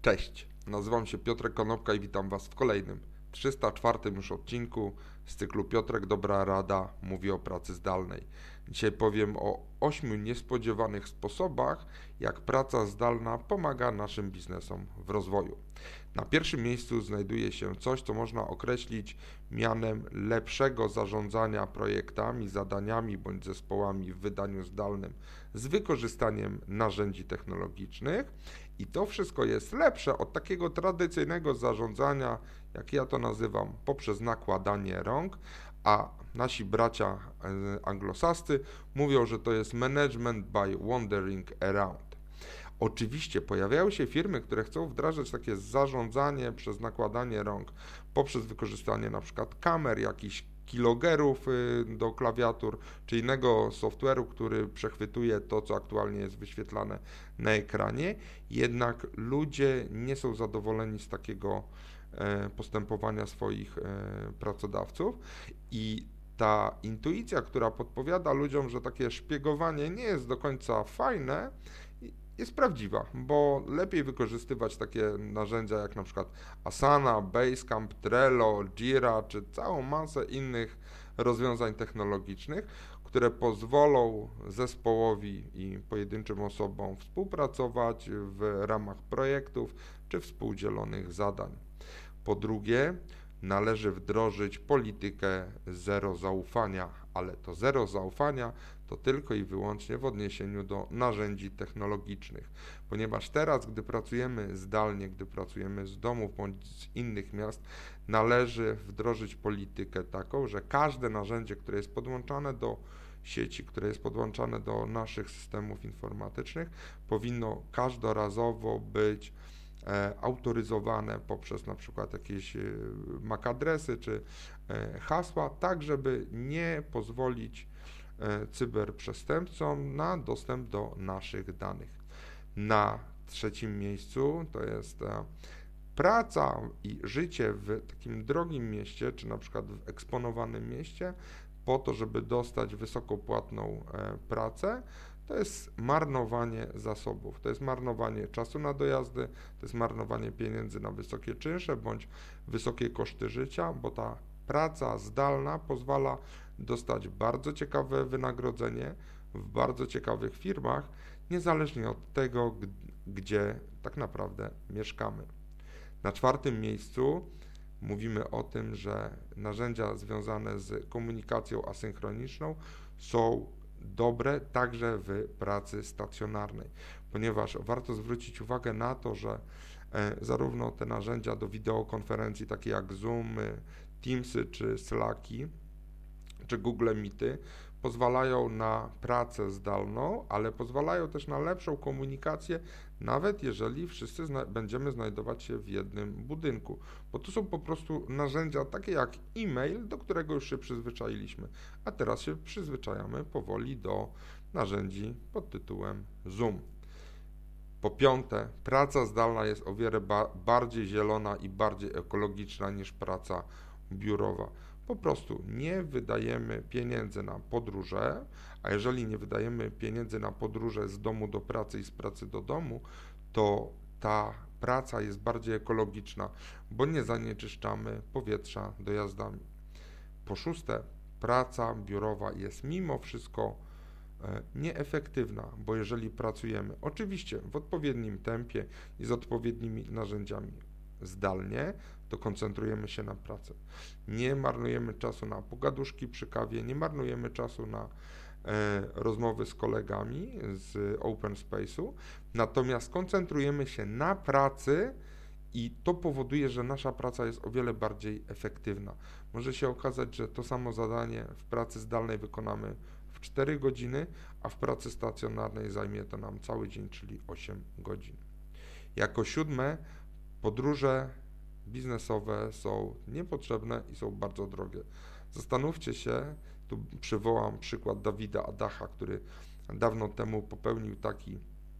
Cześć, nazywam się Piotrek Konopka i witam Was w kolejnym, 304 już odcinku z cyklu Piotrek Dobra Rada mówi o pracy zdalnej. Dzisiaj powiem o 8 niespodziewanych sposobach, jak praca zdalna pomaga naszym biznesom w rozwoju. Na pierwszym miejscu znajduje się coś, co można określić mianem lepszego zarządzania projektami, zadaniami bądź zespołami w wydaniu zdalnym z wykorzystaniem narzędzi technologicznych. I to wszystko jest lepsze od takiego tradycyjnego zarządzania, jak ja to nazywam, poprzez nakładanie rąk, a nasi bracia anglosascy mówią, że to jest management by wandering around. Oczywiście pojawiają się firmy, które chcą wdrażać takie zarządzanie przez nakładanie rąk poprzez wykorzystanie na przykład kamer, jakichś kilogerów do klawiatur, czy innego software'u, który przechwytuje to, co aktualnie jest wyświetlane na ekranie. Jednak ludzie nie są zadowoleni z takiego postępowania swoich pracodawców i ta intuicja, która podpowiada ludziom, że takie szpiegowanie nie jest do końca fajne, jest prawdziwa, bo lepiej wykorzystywać takie narzędzia jak na przykład Asana, Basecamp, Trello, Jira czy całą masę innych rozwiązań technologicznych, które pozwolą zespołowi i pojedynczym osobom współpracować w ramach projektów czy współdzielonych zadań. Po drugie, należy wdrożyć politykę zero zaufania, ale to zero zaufania to tylko i wyłącznie w odniesieniu do narzędzi technologicznych, ponieważ teraz, gdy pracujemy zdalnie, gdy pracujemy z domów bądź z innych miast, należy wdrożyć politykę taką, że każde narzędzie, które jest podłączane do sieci, które jest podłączane do naszych systemów informatycznych, powinno każdorazowo być autoryzowane poprzez na przykład jakieś MAC adresy czy hasła, tak żeby nie pozwolić cyberprzestępcom na dostęp do naszych danych. Na trzecim miejscu to jest praca i życie w takim drogim mieście, czy na przykład w eksponowanym mieście, po to, żeby dostać wysokopłatną pracę. To jest marnowanie zasobów, to jest marnowanie czasu na dojazdy, to jest marnowanie pieniędzy na wysokie czynsze bądź wysokie koszty życia, bo ta praca zdalna pozwala dostać bardzo ciekawe wynagrodzenie w bardzo ciekawych firmach, niezależnie od tego, gdzie tak naprawdę mieszkamy. Na czwartym miejscu mówimy o tym, że narzędzia związane z komunikacją asynchroniczną są dobre także w pracy stacjonarnej, ponieważ warto zwrócić uwagę na to, że zarówno te narzędzia do wideokonferencji takie jak Zoom, Teamsy czy Slacki czy Google Meety pozwalają na pracę zdalną, ale pozwalają też na lepszą komunikację, nawet jeżeli wszyscy będziemy znajdować się w jednym budynku, bo to są po prostu narzędzia takie jak e-mail, do którego już się przyzwyczailiśmy, a teraz się przyzwyczajamy powoli do narzędzi pod tytułem Zoom. Po piąte, praca zdalna jest o wiele bardziej zielona i bardziej ekologiczna niż praca biurowa. Po prostu nie wydajemy pieniędzy na podróże, a jeżeli nie wydajemy pieniędzy na podróże z domu do pracy i z pracy do domu, to ta praca jest bardziej ekologiczna, bo nie zanieczyszczamy powietrza dojazdami. Po szóste, praca biurowa jest mimo wszystko nieefektywna, bo jeżeli pracujemy oczywiście w odpowiednim tempie i z odpowiednimi narzędziami zdalnie, to koncentrujemy się na pracy. Nie marnujemy czasu na pogaduszki przy kawie, nie marnujemy czasu na rozmowy z kolegami z Open Space'u, natomiast koncentrujemy się na pracy i to powoduje, że nasza praca jest o wiele bardziej efektywna. Może się okazać, że to samo zadanie w pracy zdalnej wykonamy w 4 godziny, a w pracy stacjonarnej zajmie to nam cały dzień, czyli 8 godzin. Jako siódme, podróże biznesowe są niepotrzebne i są bardzo drogie. Zastanówcie się, tu przywołam przykład Dawida Adacha, który dawno temu popełnił taki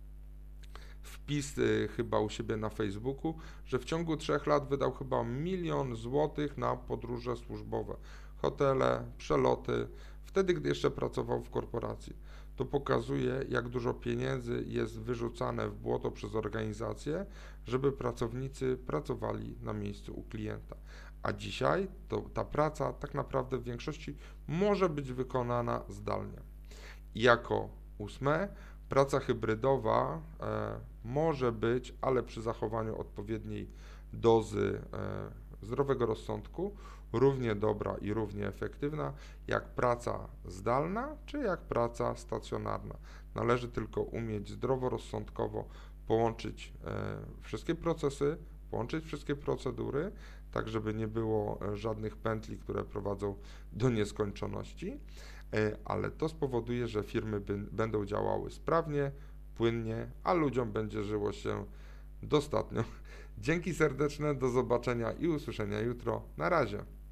wpis chyba u siebie na Facebooku, że w ciągu 3 lat wydał chyba 1 000 000 złotych na podróże służbowe, hotele, przeloty, wtedy gdy jeszcze pracował w korporacji. to pokazuje, jak dużo pieniędzy jest wyrzucane w błoto przez organizacje, żeby pracownicy pracowali na miejscu u klienta. A dzisiaj ta praca tak naprawdę w większości może być wykonana zdalnie. I jako 8, praca hybrydowa może być, ale przy zachowaniu odpowiedniej dozy zdrowego rozsądku, równie dobra i równie efektywna jak praca zdalna czy jak praca stacjonarna. Należy tylko umieć zdroworozsądkowo połączyć wszystkie procesy, połączyć wszystkie procedury, tak żeby nie było żadnych pętli, które prowadzą do nieskończoności, ale to spowoduje, że firmy będą działały sprawnie, płynnie, a ludziom będzie żyło się dostatnio. Dzięki serdeczne, do zobaczenia i usłyszenia jutro. Na razie.